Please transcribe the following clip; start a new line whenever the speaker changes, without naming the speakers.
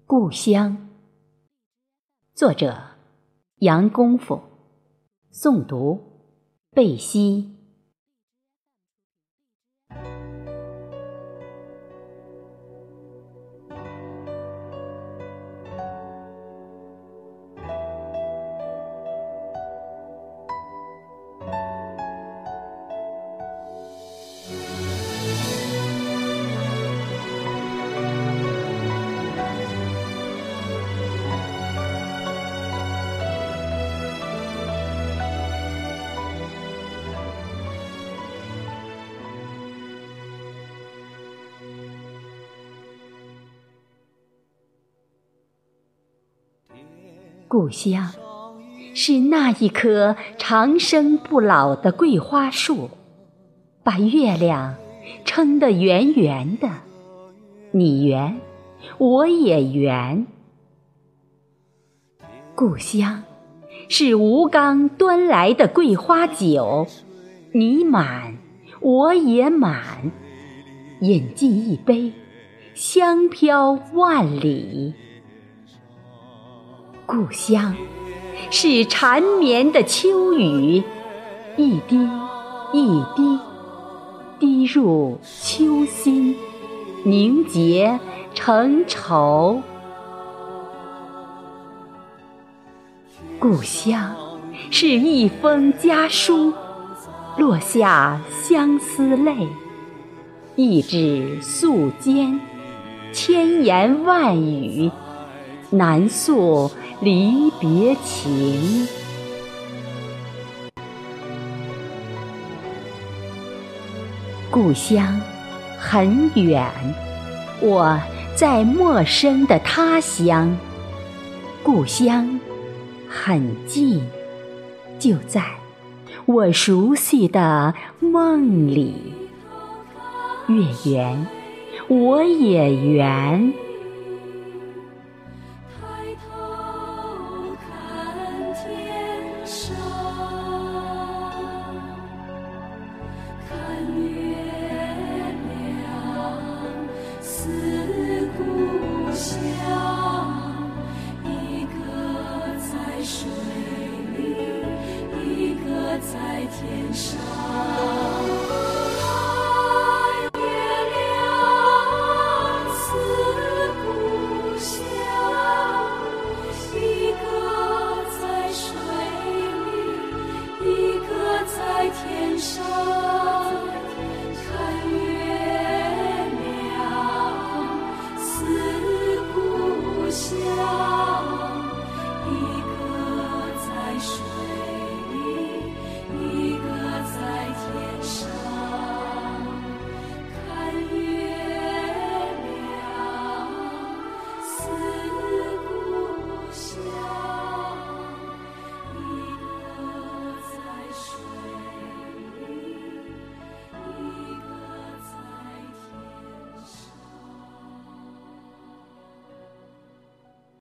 故乡，作者杨功夫，诵读贝西。故乡是那一棵长生不老的桂花树，把月亮撑得圆圆的，你圆，我也圆。故乡是吴刚端来的桂花酒，你满，我也满，饮尽一杯，香飘万里。故乡是缠绵的秋雨，一滴一滴滴入秋心，凝结成愁。故乡是一封家书，落下相思泪，一纸素笺，千言万语，难诉离别情。故乡很远，我在陌生的他乡。故乡很近，就在我熟悉的梦里。月圆，我也圆。